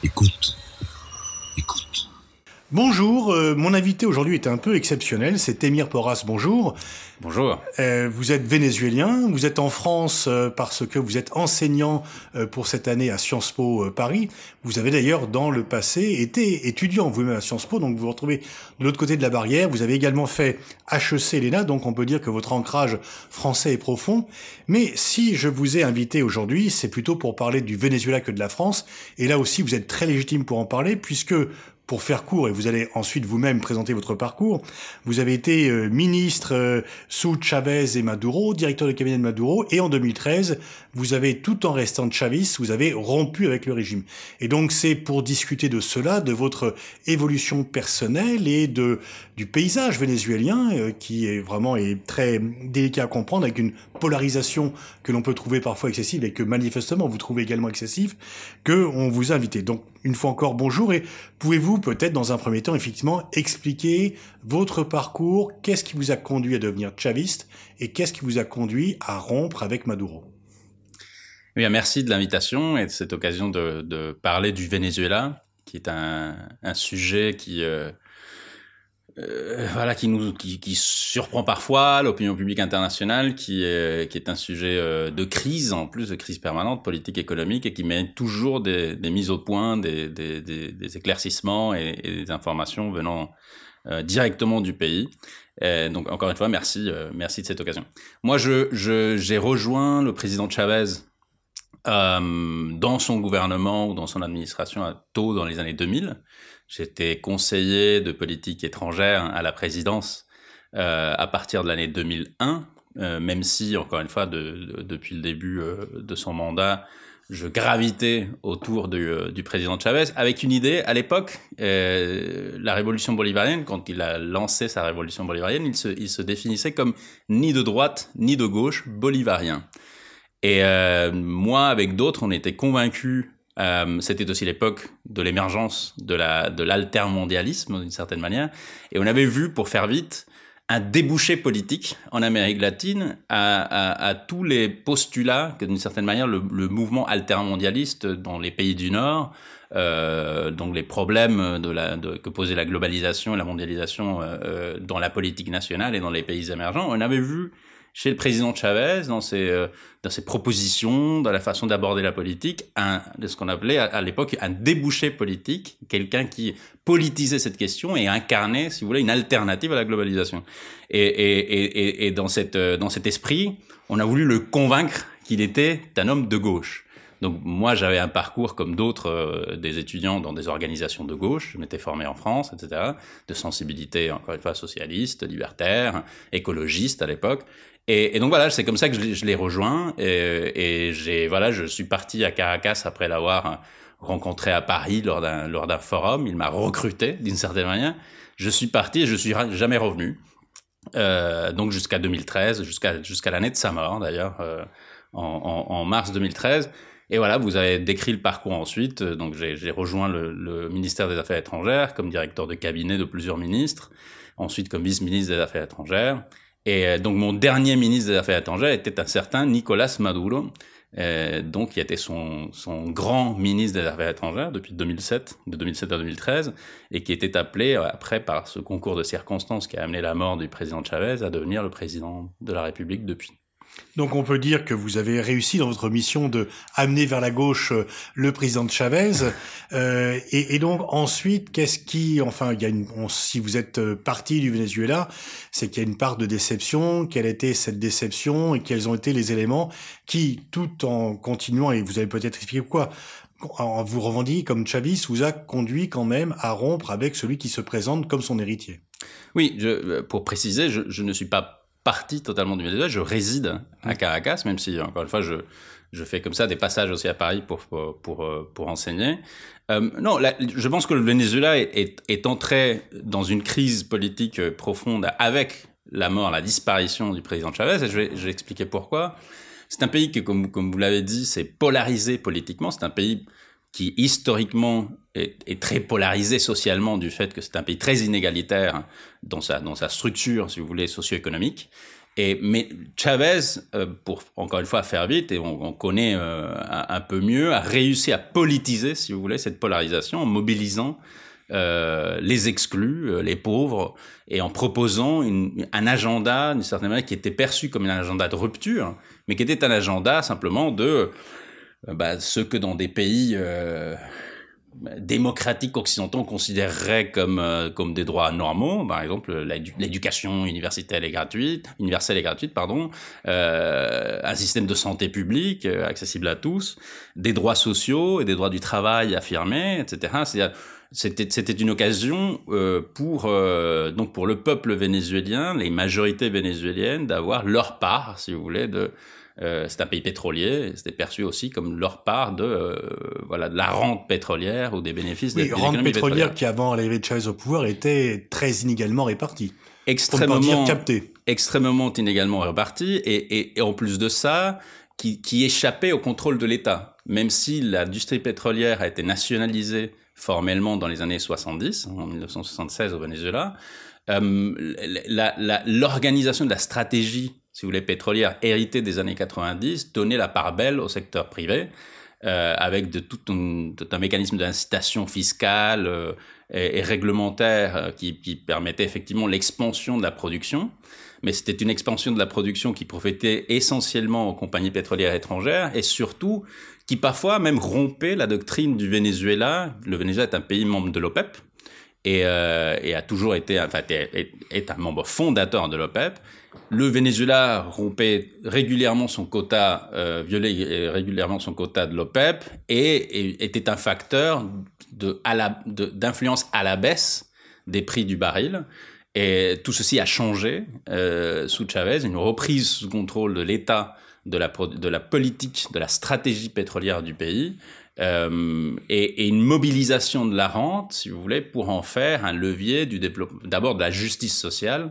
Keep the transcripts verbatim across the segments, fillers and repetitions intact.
Écoute, écoute. Bonjour, euh, mon invité aujourd'hui est un peu exceptionnel, c'est Émir Porras, bonjour. Bonjour. Euh, vous êtes vénézuélien, vous êtes en France euh, parce que vous êtes enseignant euh, pour cette année à Sciences Po euh, Paris. Vous avez d'ailleurs dans le passé été étudiant vous-même à Sciences Po, donc vous vous retrouvez de l'autre côté de la barrière. Vous avez également fait H E C l'E N A, donc on peut dire que votre ancrage français est profond. Mais si je vous ai invité aujourd'hui, c'est plutôt pour parler du Venezuela que de la France. Et là aussi, vous êtes très légitime pour en parler, puisque pour faire court, et vous allez ensuite vous-même présenter votre parcours, vous avez été euh, ministre euh, sous Chavez et Maduro, directeur de cabinet de Maduro, et en deux mille treize, vous avez, tout en restant chaviste, vous avez rompu avec le régime. Et donc c'est pour discuter de cela, de votre évolution personnelle et de du paysage vénézuélien, euh, qui est vraiment est très délicat à comprendre, avec une polarisation que l'on peut trouver parfois excessive et que manifestement vous trouvez également excessive, que on vous a invité. Donc une fois encore, bonjour, et pouvez-vous peut-être dans un premier temps effectivement expliquer votre parcours, qu'est-ce qui vous a conduit à devenir chaviste et qu'est-ce qui vous a conduit à rompre avec Maduro? Eh bien, merci de l'invitation et de cette occasion de, de parler du Venezuela, qui est un, un sujet qui, euh, euh, voilà, qui nous, qui, qui surprend parfois l'opinion publique internationale, qui est, qui est un sujet euh, de crise, en plus de crise permanente, politique, économique, et qui mérite toujours des, des mises au point, des, des, des, des éclaircissements et, et des informations venant euh, directement du pays. Et donc, encore une fois, merci, euh, merci de cette occasion. Moi, je, je, j'ai rejoint le président Chavez Euh, dans son gouvernement ou dans son administration tôt dans les années deux mille. J'étais conseiller de politique étrangère à la présidence euh, à partir de l'année deux mille un, euh, même si, encore une fois, de, de, depuis le début euh, de son mandat, je gravitais autour du, euh, du président Chavez avec une idée. À l'époque, euh, la révolution bolivarienne, quand il a lancé sa révolution bolivarienne, il se, il se définissait comme ni de droite ni de gauche, bolivarien. Et euh, moi, avec d'autres, on était convaincus, euh, c'était aussi l'époque de l'émergence de la de l'altermondialisme, d'une certaine manière, et on avait vu, pour faire vite, un débouché politique en Amérique latine à, à, à tous les postulats que, d'une certaine manière, le, le mouvement altermondialiste dans les pays du Nord, euh, donc les problèmes de la, de, que posait la globalisation et la mondialisation euh, dans la politique nationale et dans les pays émergents, on avait vu chez le président Chavez, dans ses, euh, dans ses propositions, dans la façon d'aborder la politique, un, de ce qu'on appelait à, à l'époque un débouché politique, quelqu'un qui politisait cette question et incarnait, si vous voulez, une alternative à la globalisation. Et, et, et, et dans, cette, dans cet esprit, on a voulu le convaincre qu'il était un homme de gauche. Donc moi, j'avais un parcours comme d'autres euh, des étudiants dans des organisations de gauche. Je m'étais formé en France, et cetera, de sensibilité, encore une fois, socialiste, libertaire, écologiste à l'époque. Et, et donc voilà, c'est comme ça que je, je l'ai rejoint. Et, et j'ai, voilà, je suis parti à Caracas après l'avoir rencontré à Paris lors d'un, lors d'un forum. Il m'a recruté d'une certaine manière. Je suis parti et je suis jamais revenu. Euh, donc jusqu'à deux mille treize, jusqu'à, jusqu'à l'année de sa mort d'ailleurs, euh, en, en, en mars deux mille treize. Et voilà, vous avez décrit le parcours ensuite. Donc j'ai, j'ai rejoint le, le ministère des Affaires étrangères comme directeur de cabinet de plusieurs ministres, ensuite comme vice-ministre des Affaires étrangères. Et donc mon dernier ministre des Affaires étrangères était un certain Nicolás Maduro, euh, donc qui était son, son grand ministre des Affaires étrangères depuis deux mille sept, de deux mille sept à deux mille treize, et qui était appelé après par ce concours de circonstances qui a amené la mort du président Chavez à devenir le président de la République depuis. Donc on peut dire que vous avez réussi dans votre mission de amener vers la gauche euh, le président Chavez. Euh, et, et donc ensuite, qu'est-ce qui, enfin, il y a une, on, si vous êtes parti du Venezuela, c'est qu'il y a une part de déception. Quelle était cette déception et quels ont été les éléments qui, tout en continuant, et vous allez peut-être expliquer pourquoi, en vous revendiquant comme chaviste, vous a conduit quand même à rompre avec celui qui se présente comme son héritier. Oui, je, pour préciser, je, je ne suis pas partie totalement du Venezuela, je réside à Caracas, même si, encore une fois, je, je fais comme ça des passages aussi à Paris pour, pour, pour, pour enseigner. Euh, non, là, je pense que le Venezuela est, est, est entré dans une crise politique profonde avec la mort, la disparition du président Chavez, et je vais, je vais expliquer pourquoi. C'est un pays qui, comme, comme vous l'avez dit, c'est polarisé politiquement, c'est un pays qui historiquement est, est très polarisé socialement du fait que c'est un pays très inégalitaire dans sa, dans sa structure, si vous voulez, socio-économique. Et, mais Chavez, euh, pour encore une fois faire vite, et on, on connaît euh, un, un peu mieux, a réussi à politiser, si vous voulez, cette polarisation en mobilisant euh, les exclus, euh, les pauvres, et en proposant une, un agenda, d'une certaine manière, qui était perçu comme un agenda de rupture, mais qui était un agenda simplement de euh, bah, ce que dans des pays euh, démocratiques occidentaux on considérerait comme euh, comme des droits normaux, par exemple l'éducation universitaire et gratuite, universelle et gratuite, pardon, euh, un système de santé publique euh, accessible à tous, des droits sociaux et des droits du travail affirmés, et cetera. C'est-à-dire, c'était c'était une occasion euh, pour euh, donc pour le peuple vénézuélien, les majorités vénézuéliennes, d'avoir leur part, si vous voulez, de Euh, c'est un pays pétrolier, c'était perçu aussi comme leur part de euh, voilà de la rente pétrolière ou des bénéfices oui, des, des rente économies pétrolière pétrolières qui avant l'arrivée de Chavez au pouvoir était très inégalement répartie, extrêmement pour ne pas dire captée, extrêmement inégalement répartie et, et, et en plus de ça qui, qui échappait au contrôle de l'État, même si l'industrie pétrolière a été nationalisée formellement dans les années soixante-dix, en mille neuf cent soixante-seize au Venezuela. Euh, la, la, l'organisation de la stratégie, si vous voulez, pétrolière héritée des années quatre-vingt-dix, donnait la part belle au secteur privé, euh, avec de tout, un, tout un mécanisme d'incitation fiscale euh, et, et réglementaire euh, qui, qui permettait effectivement l'expansion de la production. Mais c'était une expansion de la production qui profitait essentiellement aux compagnies pétrolières étrangères et surtout qui parfois même rompait la doctrine du Venezuela. Le Venezuela est un pays membre de l'OPEP. Et, euh, et a toujours été, enfin, est, est un membre fondateur de l'OPEP. Le Venezuela rompait régulièrement son quota, euh, violait régulièrement son quota de l'OPEP et, et était un facteur de, à la, de, d'influence à la baisse des prix du baril. Et tout ceci a changé euh, sous Chavez, une reprise sous contrôle de l'État, de la, de la politique, de la stratégie pétrolière du pays. Euh, et, et une mobilisation de la rente, si vous voulez, pour en faire un levier du développement, d'abord de la justice sociale,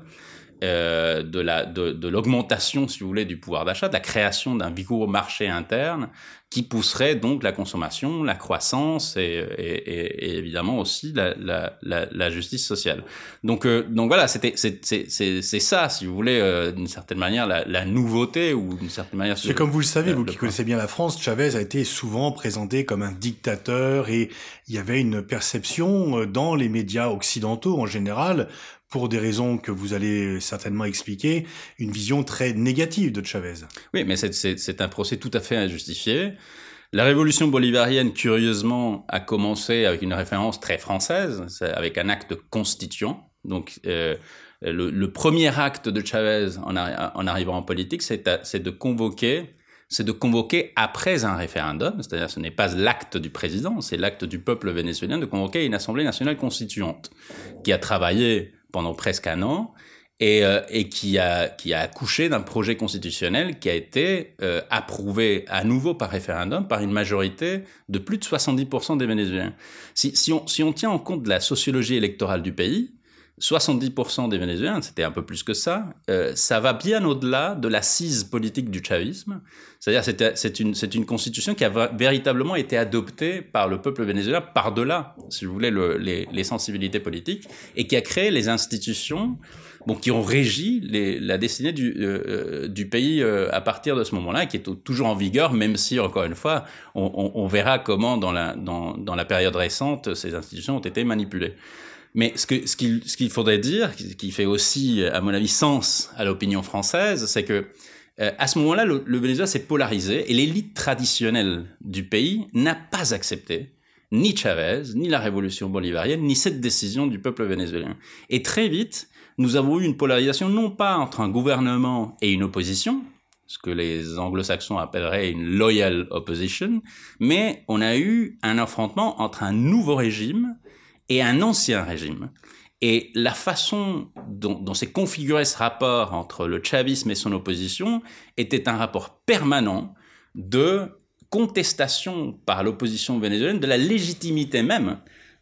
euh, de, la, de, de l'augmentation, si vous voulez, du pouvoir d'achat, de la création d'un vigoureux marché interne qui pousserait donc la consommation, la croissance et, et, et, et évidemment aussi la, la, la, la justice sociale. Donc, euh, donc voilà, c'était, c'est, c'est, c'est, c'est ça, si vous voulez, euh, d'une certaine manière, la, la nouveauté ou d'une certaine manière... C'est comme vous le savez, le, vous le qui point. connaissez bien la France, Chavez a été souvent présenté comme un dictateur et il y avait une perception dans les médias occidentaux en général, pour des raisons que vous allez certainement expliquer, une vision très négative de Chavez. Oui, mais c'est, c'est, c'est un procès tout à fait injustifié. La révolution bolivarienne, curieusement, a commencé avec une référence très française, avec un acte constituant. Donc, euh, le, le premier acte de Chavez en, arri- en arrivant en politique, c'est, à, c'est de convoquer, c'est de convoquer après un référendum, c'est-à-dire ce n'est pas l'acte du président, c'est l'acte du peuple vénézuélien de convoquer une assemblée nationale constituante qui a travaillé pendant presque un an et, euh, et qui a qui a accouché d'un projet constitutionnel qui a été euh, approuvé à nouveau par référendum par une majorité de plus de soixante-dix pour cent des Vénézuéliens. Si, si, on, si on tient en compte de la sociologie électorale du pays, soixante-dix pour cent des Vénézuéliens, c'était un peu plus que ça, euh, ça va bien au-delà de l'assise politique du chavisme. C'est-à-dire c'est, c'est, une, c'est une constitution qui a v- véritablement été adoptée par le peuple vénézuélien par-delà, si vous voulez, le, les, les sensibilités politiques, et qui a créé les institutions bon, qui ont régi les, la destinée du, euh, du pays euh, à partir de ce moment-là, et qui est t- toujours en vigueur, même si, encore une fois, on, on, on verra comment, dans la, dans, dans la période récente, ces institutions ont été manipulées. Mais ce, que, ce, qu'il, ce qu'il faudrait dire, qui fait aussi, à mon avis, sens à l'opinion française, c'est que euh, à ce moment-là, le, le Venezuela s'est polarisé et l'élite traditionnelle du pays n'a pas accepté ni Chavez, ni la révolution bolivarienne, ni cette décision du peuple vénézuélien. Et très vite, nous avons eu une polarisation non pas entre un gouvernement et une opposition, ce que les anglo-saxons appelleraient une loyal opposition, mais on a eu un affrontement entre un nouveau régime et un ancien régime. Et la façon dont, dont s'est configuré ce rapport entre le chavisme et son opposition était un rapport permanent de contestation par l'opposition vénézuélienne de la légitimité même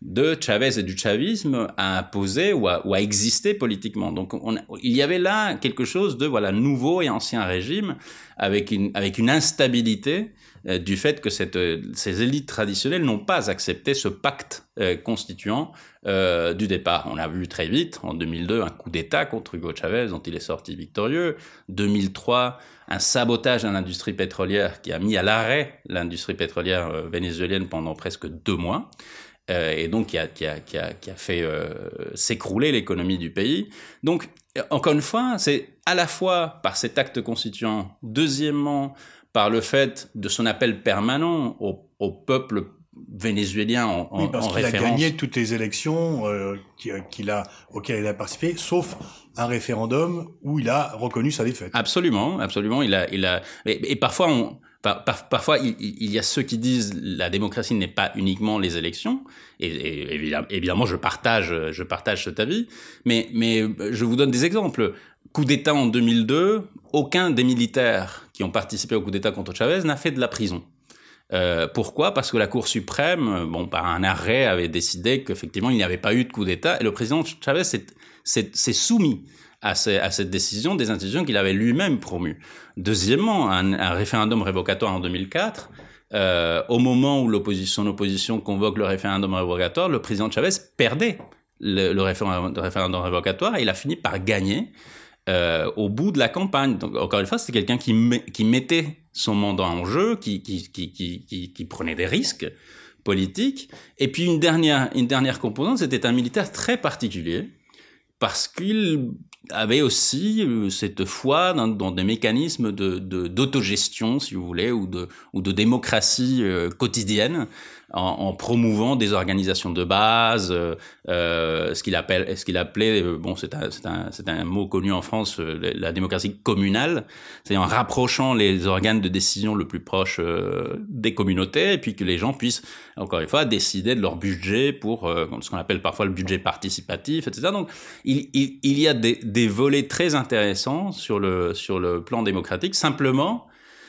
de Chavez et du chavisme à imposer ou à, ou à exister politiquement. Donc, on, il y avait là quelque chose de voilà nouveau et ancien régime avec une avec une instabilité euh, du fait que cette, ces élites traditionnelles n'ont pas accepté ce pacte euh, constituant euh, du départ. On a vu très vite en deux mille deux un coup d'État contre Hugo Chavez dont il est sorti victorieux. deux mille trois un sabotage à l'industrie pétrolière qui a mis à l'arrêt l'industrie pétrolière euh, vénézuélienne pendant presque deux mois. Euh, et donc qui a, qui a, qui a, qui a fait euh, s'écrouler l'économie du pays. Donc, encore une fois, c'est à la fois par cet acte constituant, deuxièmement, par le fait de son appel permanent au, au peuple vénézuélien en, oui, parce en qu'il référence. a gagné toutes les élections euh, qu'il a, auxquelles il a participé, sauf un référendum où il a reconnu sa défaite. Absolument, absolument. Il a, il a, et, et parfois on... Par, par, parfois, il, il y a ceux qui disent la démocratie n'est pas uniquement les élections, et, et évidemment, évidemment, je partage, je partage cet avis, mais, mais je vous donne des exemples. Coup d'État en deux mille deux, aucun des militaires qui ont participé au coup d'État contre Chavez n'a fait de la prison. Euh, pourquoi ? Parce que la Cour suprême, bon, par un arrêt, avait décidé qu'effectivement, il n'y avait pas eu de coup d'État, et le président Chavez s'est, s'est, s'est soumis à, ces, à cette décision des institutions qu'il avait lui-même promues. Deuxièmement, un, un référendum révocatoire en deux mille quatre, euh, au moment où l'opposition, son opposition convoque le référendum révocatoire, le président Chavez perdait le, le, référendum, le référendum révocatoire et il a fini par gagner euh, au bout de la campagne. Donc, encore une fois, c'était quelqu'un qui, met, qui mettait son mandat en jeu, qui, qui, qui, qui, qui, qui prenait des risques politiques. Et puis une dernière, une dernière composante, c'était un militaire très particulier, parce qu'il avait aussi cette foi dans, dans des mécanismes de, de, d'autogestion, si vous voulez, ou de, ou de démocratie euh, quotidienne, en, en promouvant des organisations de base, euh, ce qu'il appelle, ce qu'il appelait, euh, bon, c'est un, c'est un, c'est un mot connu en France, euh, la démocratie communale, c'est en rapprochant les organes de décision le plus proche euh, des communautés, et puis que les gens puissent, encore une fois, décider de leur budget pour euh, ce qu'on appelle parfois le budget participatif, et cetera. Donc, il, il, il y a des, des volets très intéressants sur le, sur le plan démocratique. Simplement,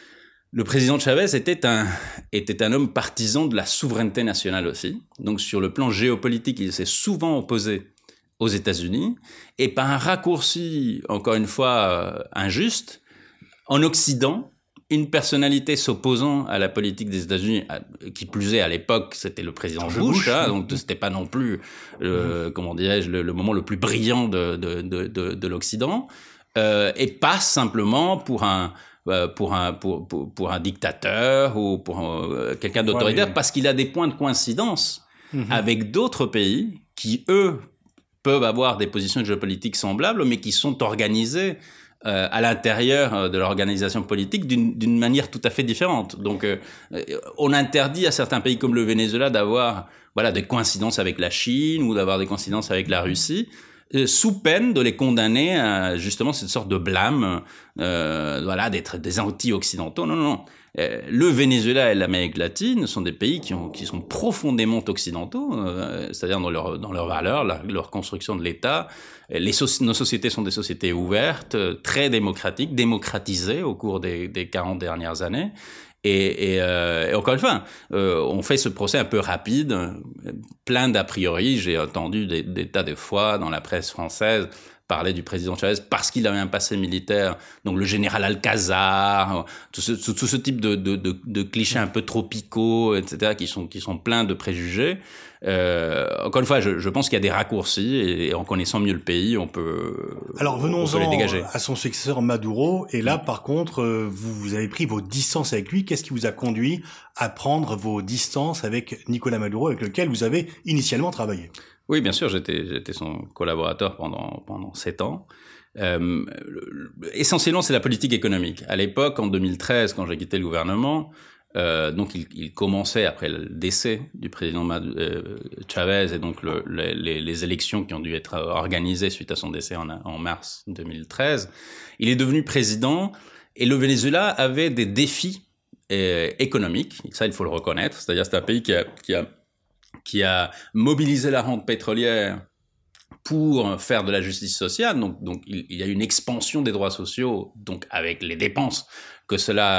le président Chavez était un, était un homme partisan de la souveraineté nationale aussi. Donc, sur le plan géopolitique, il s'est souvent opposé aux États-Unis. Et par un raccourci, encore une fois, euh, injuste, en Occident, une personnalité s'opposant à la politique des États-Unis, qui plus est à l'époque, c'était le président Bush, Bush hein, donc c'était pas non plus, euh, mmh. comment dirais-je, le, le moment le plus brillant de, de, de, de, de l'Occident, euh, et passe simplement pour un, euh, pour un, pour, pour, pour un dictateur ou pour euh, quelqu'un d'autoritaire, ouais, parce qu'il a des points de coïncidence mmh. avec d'autres pays qui, eux, peuvent avoir des positions géopolitiques semblables, mais qui sont organisés Euh, à l'intérieur de l'organisation politique d'une, d'une manière tout à fait différente. Donc, euh, on interdit à certains pays comme le Venezuela d'avoir, voilà, des coïncidences avec la Chine ou d'avoir des coïncidences avec la Russie, euh, sous peine de les condamner à justement cette sorte de blâme, euh, voilà, d'être des anti-occidentaux. Non, non, non. Euh, le Venezuela et l'Amérique latine sont des pays qui, ont, qui sont profondément occidentaux, euh, c'est-à-dire dans leurs dans leurs valeurs, leur, leur construction de l'État. Les so- nos sociétés sont des sociétés ouvertes, très démocratiques, démocratisées au cours des, des quarante dernières années. Et, et, euh, et encore une fois, euh, on fait ce procès un peu rapide, plein d'a priori. J'ai entendu des, des tas de fois dans la presse française parler du président Chavez parce qu'il avait un passé militaire, donc le général Alcazar, tout ce, tout, tout ce type de, de, de, de clichés un peu tropicaux, et cetera, qui sont, qui sont pleins de préjugés. Euh, encore une fois, je, je pense qu'il y a des raccourcis et, et en connaissant mieux le pays, on peut, Alors venons-en on peut les dégager. À son successeur Maduro. Et là, par contre, vous, vous avez pris vos distances avec lui. Qu'est-ce qui vous a conduit à prendre vos distances avec Nicolás Maduro, avec lequel vous avez initialement travaillé? Oui, bien sûr, j'étais, j'étais son collaborateur pendant, pendant sept ans. Euh, essentiellement, c'est la politique économique. À l'époque, en deux mille treize, quand j'ai quitté le gouvernement, euh, donc il, il commençait, après le décès du président Mad- euh, Chavez, et donc le, les, les élections qui ont dû être organisées suite à son décès en, en mars deux mille treize, il est devenu président, et le Venezuela avait des défis euh, économiques, ça il faut le reconnaître, c'est-à-dire c'est un pays qui a... Qui a qui a mobilisé la rente pétrolière pour faire de la justice sociale. Donc, donc il, il y a une expansion des droits sociaux, donc avec les dépenses que cela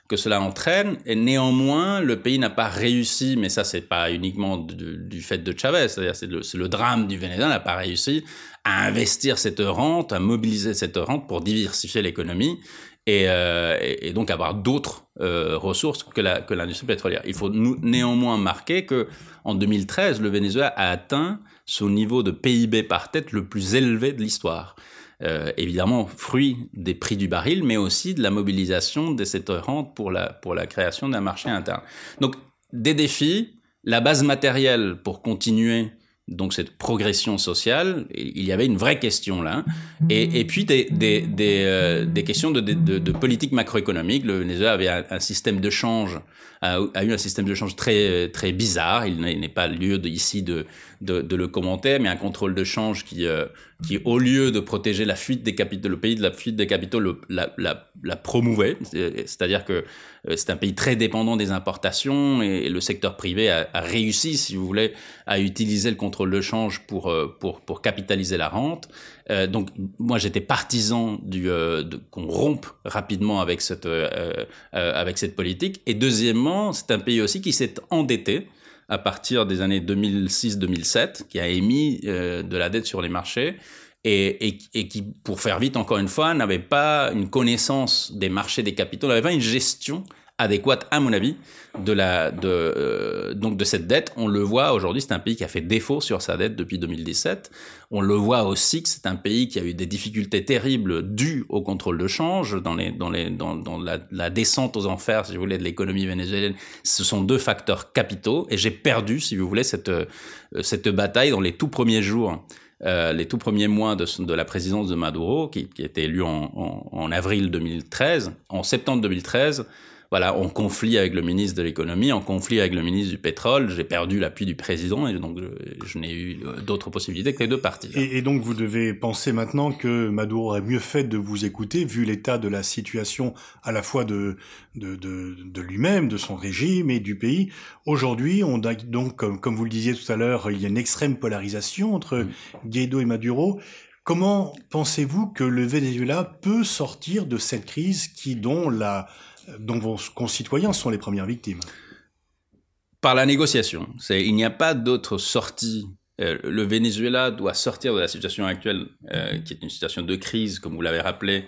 que cela entraîne. Et néanmoins, le pays n'a pas réussi, mais ça, c'est pas uniquement du, du fait de Chavez, c'est-à-dire c'est le, c'est le drame du Venezuela, n'a pas réussi à investir cette rente, à mobiliser cette rente pour diversifier l'économie et, euh, et, et donc avoir d'autres euh, ressources que, la, que l'industrie pétrolière. Il faut nous, néanmoins marquer que en deux mille treize, le Venezuela a atteint son niveau de P I B par tête le plus élevé de l'histoire. Euh, évidemment, fruit des prix du baril, mais aussi de la mobilisation de cette rente pour la, pour la création d'un marché interne. Donc, des défis, la base matérielle pour continuer donc cette progression sociale, il y avait une vraie question là, et, et puis des, des, des, euh, des questions de, de, de politique macroéconomique. Le Venezuela avait un, un système de change, a, a eu un système de change très, très bizarre, il n'est, n'est pas lieu de, ici de, de, de le commenter, mais un contrôle de change qui, euh, qui au lieu de protéger la fuite des capitaux, le pays de la fuite des capitaux, le, la, la, la promouvait, c'est-à-dire que c'est un pays très dépendant des importations et le secteur privé a, a réussi, si vous voulez, à utiliser le contrôle de change pour pour pour capitaliser la rente. Euh, donc moi j'étais partisan du euh, de, qu'on rompe rapidement avec cette euh, euh, avec cette politique. Et deuxièmement, c'est un pays aussi qui s'est endetté à partir des années deux mille six deux mille sept, qui a émis euh, de la dette sur les marchés. Et, et, et qui, pour faire vite, encore une fois, n'avait pas une connaissance des marchés des capitaux, n'avait pas une gestion adéquate, à mon avis, de la, de, euh, donc de cette dette. On le voit aujourd'hui, c'est un pays qui a fait défaut sur sa dette depuis deux mille dix-sept. On le voit aussi que c'est un pays qui a eu des difficultés terribles dues au contrôle de change, dans les, dans les, dans, dans la, la descente aux enfers, si vous voulez, de l'économie vénézuélienne. Ce sont deux facteurs capitaux, et j'ai perdu, si vous voulez, cette, cette bataille dans les tout premiers jours. Euh, les tout premiers mois de, de la présidence de Maduro, qui, qui était élu en, en, en avril deux mille treize, en septembre deux mille treize, voilà, en conflit avec le ministre de l'économie, en conflit avec le ministre du pétrole, j'ai perdu l'appui du président et donc je, je n'ai eu d'autres possibilités que les deux partis. Et, et donc vous devez penser maintenant que Maduro aurait mieux fait de vous écouter, vu l'état de la situation à la fois de de de, de lui-même, de son régime et du pays. Aujourd'hui, on a donc, comme, comme vous le disiez tout à l'heure, il y a une extrême polarisation entre mmh. Guaido et Maduro. Comment pensez-vous que le Venezuela peut sortir de cette crise qui, dont la dont vos concitoyens sont les premières victimes? Par la négociation. C'est, il n'y a pas d'autre sortie. Euh, le Venezuela doit sortir de la situation actuelle, euh, qui est une situation de crise, comme vous l'avez rappelé,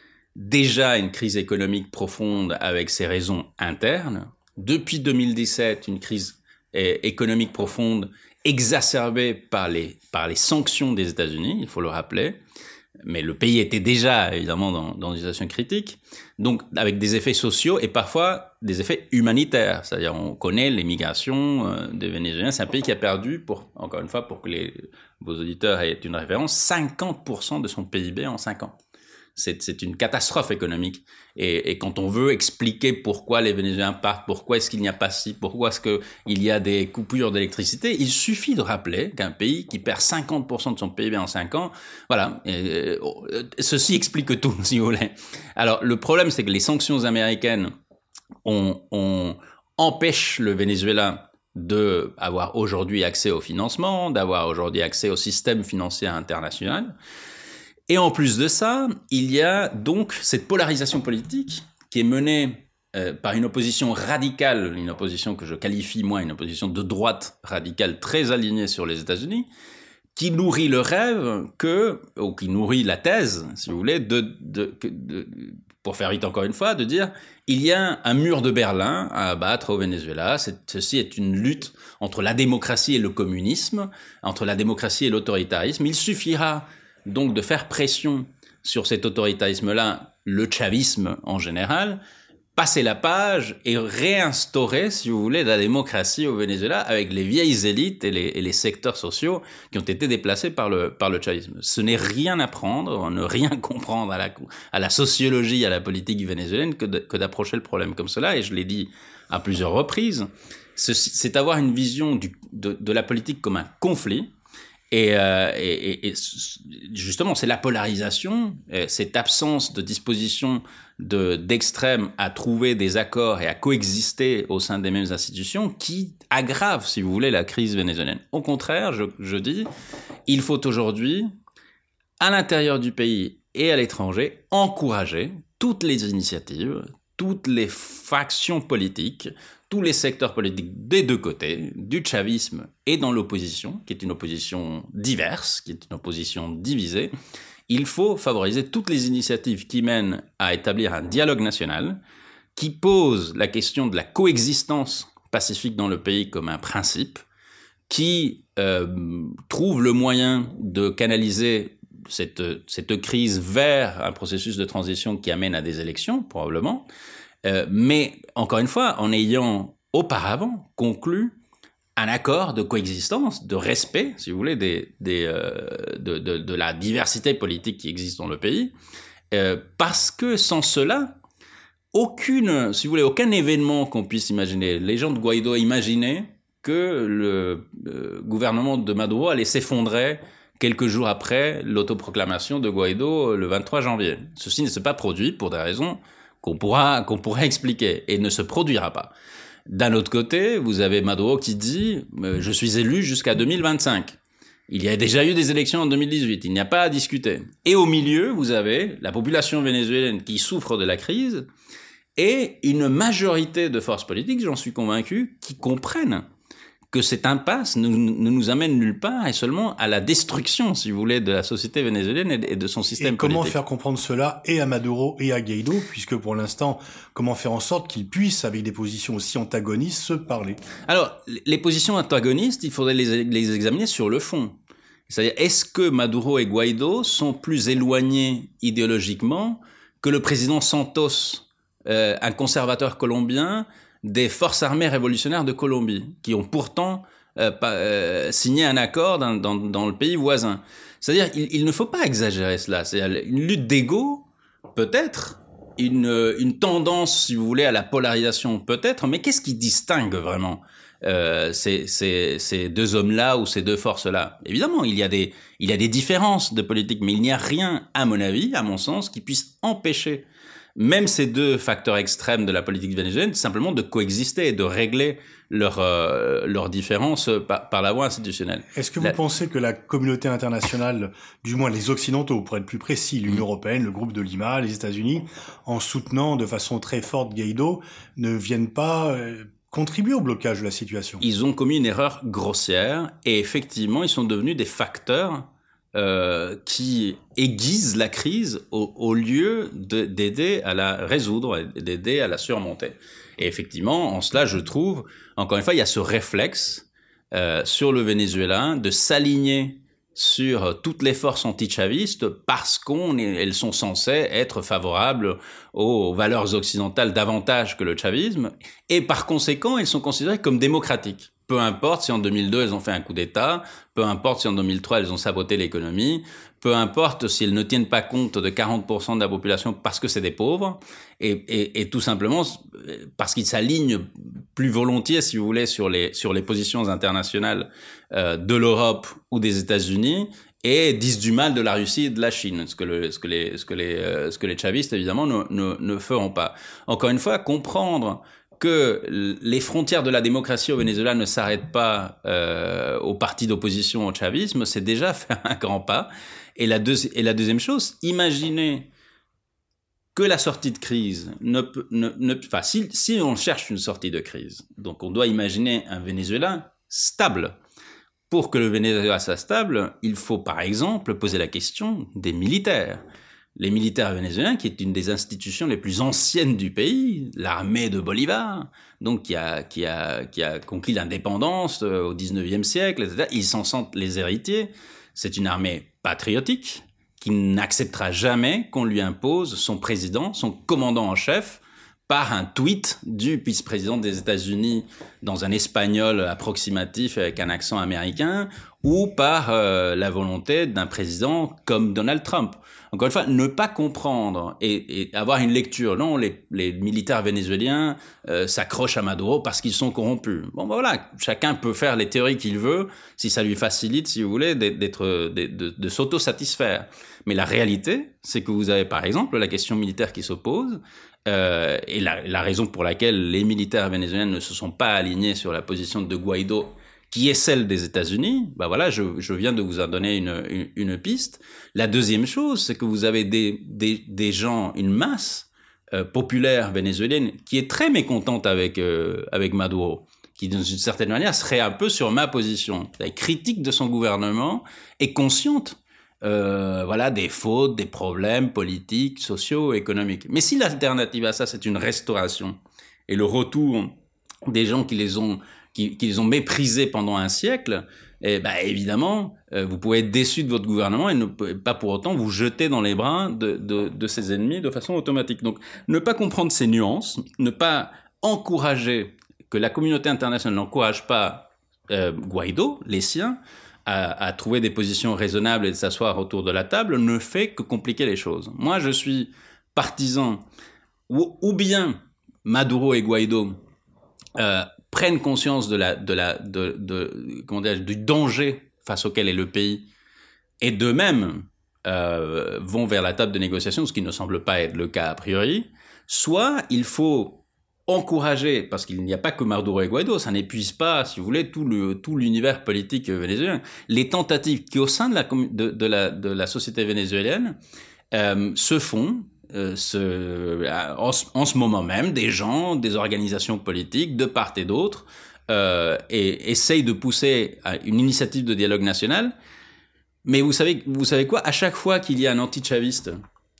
déjà une crise économique profonde avec ses raisons internes. Depuis deux mille dix-sept, une crise euh, économique profonde exacerbée par les, par les sanctions des États-Unis, il faut le rappeler. Mais le pays était déjà, évidemment, dans, dans une situation critique, donc avec des effets sociaux et parfois des effets humanitaires. C'est-à-dire, on connaît les migrations euh, des Vénézuéliens. C'est un pays qui a perdu, pour, encore une fois, pour que les, vos auditeurs aient une référence, cinquante pour cent de son P I B en cinq ans. C'est, c'est une catastrophe économique. Et, et quand on veut expliquer pourquoi les Vénézuéliens partent, pourquoi est-ce qu'il n'y a pas si, pourquoi est-ce qu'il y a des coupures d'électricité, il suffit de rappeler qu'un pays qui perd cinquante pour cent de son P I B en cinq ans, voilà, et, et, ceci explique tout, si vous voulez. Alors, le problème, c'est que les sanctions américaines ont, ont, empêchent le Venezuela de avoir aujourd'hui accès au financement, d'avoir aujourd'hui accès au système financier international. Et en plus de ça, il y a donc cette polarisation politique qui est menée euh, par une opposition radicale, une opposition que je qualifie, moi, une opposition de droite radicale très alignée sur les États-Unis, qui nourrit le rêve que, ou qui nourrit la thèse, si vous voulez, de, de, de, de pour faire vite encore une fois, de dire il y a un mur de Berlin à abattre au Venezuela. C'est, ceci est une lutte entre la démocratie et le communisme, entre la démocratie et l'autoritarisme. Il suffira donc de faire pression sur cet autoritarisme-là, le chavisme en général, passer la page et réinstaurer, si vous voulez, la démocratie au Venezuela avec les vieilles élites et les, et les secteurs sociaux qui ont été déplacés par le, par le chavisme. Ce n'est rien apprendre, ne rien comprendre à la, à la sociologie, à la politique vénézuélienne que, de, que d'approcher le problème comme cela, et je l'ai dit à plusieurs reprises, c'est avoir une vision du, de, de la politique comme un conflit. Et, euh, et, et justement, c'est la polarisation, cette absence de disposition de, d'extrêmes à trouver des accords et à coexister au sein des mêmes institutions qui aggrave, si vous voulez, la crise vénézuélienne. Au contraire, je, je dis, il faut aujourd'hui, à l'intérieur du pays et à l'étranger, encourager toutes les initiatives, toutes les factions politiques, tous les secteurs politiques des deux côtés, du chavisme et dans l'opposition, qui est une opposition diverse, qui est une opposition divisée. Il faut favoriser toutes les initiatives qui mènent à établir un dialogue national, qui pose la question de la coexistence pacifique dans le pays comme un principe, qui euh, trouve le moyen de canaliser cette, cette crise vers un processus de transition qui amène à des élections, probablement, euh, mais encore une fois, en ayant auparavant conclu un accord de coexistence, de respect, si vous voulez, des, des, euh, de, de, de la diversité politique qui existe dans le pays, euh, parce que sans cela, aucune, si vous voulez, aucun événement qu'on puisse imaginer, les gens de Guaidó imaginaient que le euh, gouvernement de Maduro allait s'effondrer quelques jours après l'autoproclamation de Guaidó le vingt-trois janvier. Ceci ne s'est pas produit pour des raisons qu'on pourra, qu'on pourra expliquer et ne se produira pas. D'un autre côté, vous avez Maduro qui dit euh, « je suis élu jusqu'à deux mille vingt-cinq ». Il y a déjà eu des élections en deux mille dix-huit, il n'y a pas à discuter. Et au milieu, vous avez la population vénézuélienne qui souffre de la crise et une majorité de forces politiques, j'en suis convaincu, qui comprennent que cette impasse ne, ne nous amène nulle part et seulement à la destruction, si vous voulez, de la société vénézuélienne et de son système et comment politique. Faire comprendre cela et à Maduro et à Guaidó, puisque pour l'instant, comment faire en sorte qu'ils puissent, avec des positions aussi antagonistes, se parler? Alors, les positions antagonistes, il faudrait les, les examiner sur le fond. C'est-à-dire, est-ce que Maduro et Guaidó sont plus éloignés idéologiquement que le président Santos, euh, un conservateur colombien, des forces armées révolutionnaires de Colombie, qui ont pourtant euh, pas, euh, signé un accord dans, dans, dans le pays voisin. C'est-à-dire, il, il ne faut pas exagérer cela. C'est une lutte d'ego, peut-être, une, une tendance, si vous voulez, à la polarisation, peut-être, mais qu'est-ce qui distingue vraiment euh, ces, ces, ces deux hommes-là ou ces deux forces-là? Évidemment, il y a des, il y a des différences de politique, mais il n'y a rien, à mon avis, à mon sens, qui puisse empêcher même ces deux facteurs extrêmes de la politique vénézuélienne, simplement de coexister et de régler leurs euh, leurs différences par, par la voie institutionnelle. Est-ce que vous la... pensez que la communauté internationale, du moins les Occidentaux, pour être plus précis, l'Union mmh. européenne, le groupe de Lima, les États-Unis, en soutenant de façon très forte Guaidó, ne viennent pas euh, contribuer au blocage de la situation? Ils ont commis une erreur grossière et effectivement, ils sont devenus des facteurs Euh, qui aiguise la crise au, au lieu de, d'aider à la résoudre, d'aider à la surmonter. Et effectivement, en cela, je trouve, encore une fois, il y a ce réflexe euh, sur le Venezuela de s'aligner sur toutes les forces anti-chavistes parce qu'on est, elles sont censées être favorables aux valeurs occidentales davantage que le chavisme, et par conséquent, elles sont considérées comme démocratiques. Peu importe si en deux mille deux, elles ont fait un coup d'État, peu importe si en deux mille trois, elles ont saboté l'économie, peu importe si elles ne tiennent pas compte de quarante pour cent de la population parce que c'est des pauvres, et, et, et tout simplement parce qu'ils s'alignent plus volontiers, si vous voulez, sur les, sur les positions internationales euh, de l'Europe ou des États-Unis, et disent du mal de la Russie et de la Chine, ce que, le, ce que, les, ce que, les, euh, ce que les chavistes, évidemment, ne, ne, ne feront pas. Encore une fois, comprendre que les frontières de la démocratie au Venezuela ne s'arrêtent pas euh, aux partis d'opposition au chavisme, c'est déjà faire un grand pas. Et la, deuxi- et la deuxième chose, imaginez que la sortie de crise ne peut, ne, ne, enfin, si, si on cherche une sortie de crise, donc on doit imaginer un Venezuela stable. Pour que le Venezuela soit stable, il faut par exemple poser la question des militaires. Les militaires vénézuéliens, qui est une des institutions les plus anciennes du pays, l'armée de Bolivar, donc qui a, qui a, qui a conquis l'indépendance au dix-neuvième siècle, et cetera, ils s'en sentent les héritiers. C'est une armée patriotique qui n'acceptera jamais qu'on lui impose son président, son commandant en chef, par un tweet du vice-président des États-Unis dans un espagnol approximatif avec un accent américain, ou par euh, la volonté d'un président comme Donald Trump. Encore une fois, ne pas comprendre et, et avoir une lecture. Non, les, les militaires vénézuéliens euh, s'accrochent à Maduro parce qu'ils sont corrompus. Bon, ben voilà, chacun peut faire les théories qu'il veut, si ça lui facilite, si vous voulez, d'être, d'être, de, de, de s'auto-satisfaire. Mais la réalité, c'est que vous avez par exemple la question militaire qui s'oppose, euh, et la, la raison pour laquelle les militaires vénézuéliens ne se sont pas alignés sur la position de Guaidó, qui est celle des États-Unis, bah voilà, je, je viens de vous en donner une, une, une piste. La deuxième chose, c'est que vous avez des, des, des gens, une masse euh, populaire vénézuélienne qui est très mécontente avec euh, avec Maduro, qui d'une certaine manière serait un peu sur ma position, la critique de son gouvernement est consciente euh, voilà des fautes, des problèmes politiques, sociaux, économiques. Mais si l'alternative à ça c'est une restauration et le retour des gens qui les ont qui, qui les ont méprisés pendant un siècle, eh ben évidemment, euh, vous pouvez être déçu de votre gouvernement et ne pas pour autant vous jeter dans les bras de, de, de ses ennemis de façon automatique. Donc, ne pas comprendre ces nuances, ne pas encourager, que la communauté internationale n'encourage pas euh, Guaidó, les siens, à, à trouver des positions raisonnables et de s'asseoir autour de la table, ne fait que compliquer les choses. Moi, je suis partisan, ou, ou bien Maduro et Guaidó euh, prennent conscience de la, de la, de, de, comment dire, du danger face auquel est le pays, et d'eux-mêmes euh, vont vers la table de négociation, ce qui ne semble pas être le cas a priori. Soit il faut encourager, parce qu'il n'y a pas que Maduro et Guaidó, ça n'épuise pas, si vous voulez, tout le tout l'univers politique vénézuélien. Les tentatives qui, au sein de la de, de la de la société vénézuélienne, euh, se font. Euh, ce, en, en ce moment même, des gens, des organisations politiques de part et d'autre euh, et essayent de pousser à une initiative de dialogue national. Mais vous savez, vous savez quoi ? À chaque fois qu'il y a un anti-chaviste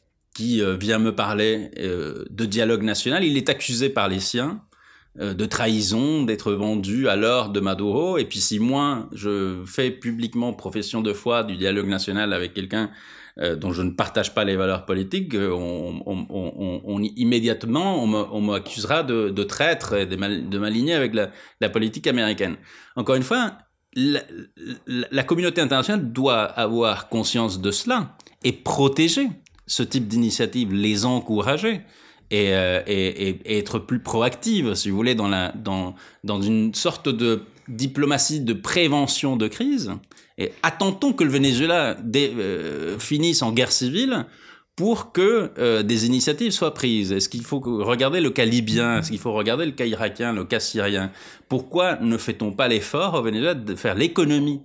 qui euh, vient me parler euh, de dialogue national, il est accusé par les siens euh, de trahison, d'être vendu à l'ordre de Maduro. Et puis si moi, je fais publiquement profession de foi du dialogue national avec quelqu'un Euh, dont je ne partage pas les valeurs politiques, on, on, on, on immédiatement on m'accusera de, de traître et de, mal, de m'aligner avec la, la politique américaine. Encore une fois, la, la, la communauté internationale doit avoir conscience de cela et protéger ce type d'initiative, les encourager et, euh, et, et, et être plus proactive, si vous voulez, dans, la, dans, dans une sorte de diplomatie de prévention de crise. Et attend-on que le Venezuela dé, euh, finisse en guerre civile pour que euh, des initiatives soient prises? Est-ce qu'il faut regarder le cas libyen? Est-ce qu'il faut regarder le cas irakien, le cas syrien? Pourquoi ne fait-on pas l'effort au Venezuela de faire l'économie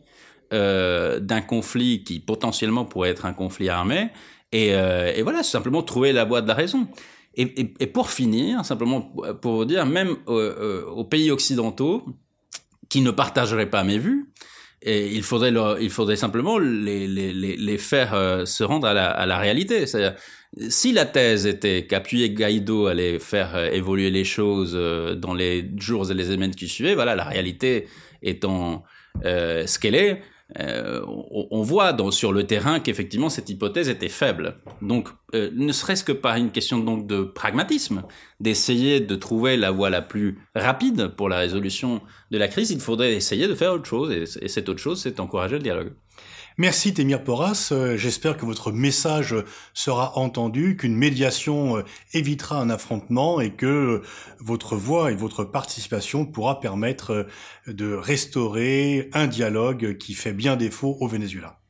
euh, d'un conflit qui potentiellement pourrait être un conflit armé? Et, euh, et voilà, simplement trouver la voie de la raison. Et, et, et pour finir, simplement pour vous dire, même euh, euh, aux pays occidentaux qui ne partageraient pas mes vues, et il faudrait leur, il faudrait simplement les les les, les faire euh, se rendre à la à la réalité. C'est-à-dire, si la thèse était qu'appuyer Guaidó allait faire euh, évoluer les choses euh, dans les jours et les semaines qui suivaient, voilà, la réalité étant euh, ce qu'elle est, euh, on, on voit dans, sur le terrain qu'effectivement cette hypothèse était faible. Donc, euh, ne serait-ce que par une question donc de pragmatisme, d'essayer de trouver la voie la plus rapide pour la résolution de la crise, il faudrait essayer de faire autre chose. Et, et cette autre chose, c'est encourager le dialogue. Merci Témir Porras, euh, j'espère que votre message sera entendu, qu'une médiation euh, évitera un affrontement et que euh, votre voix et votre participation pourra permettre euh, de restaurer un dialogue qui fait bien défaut au Venezuela.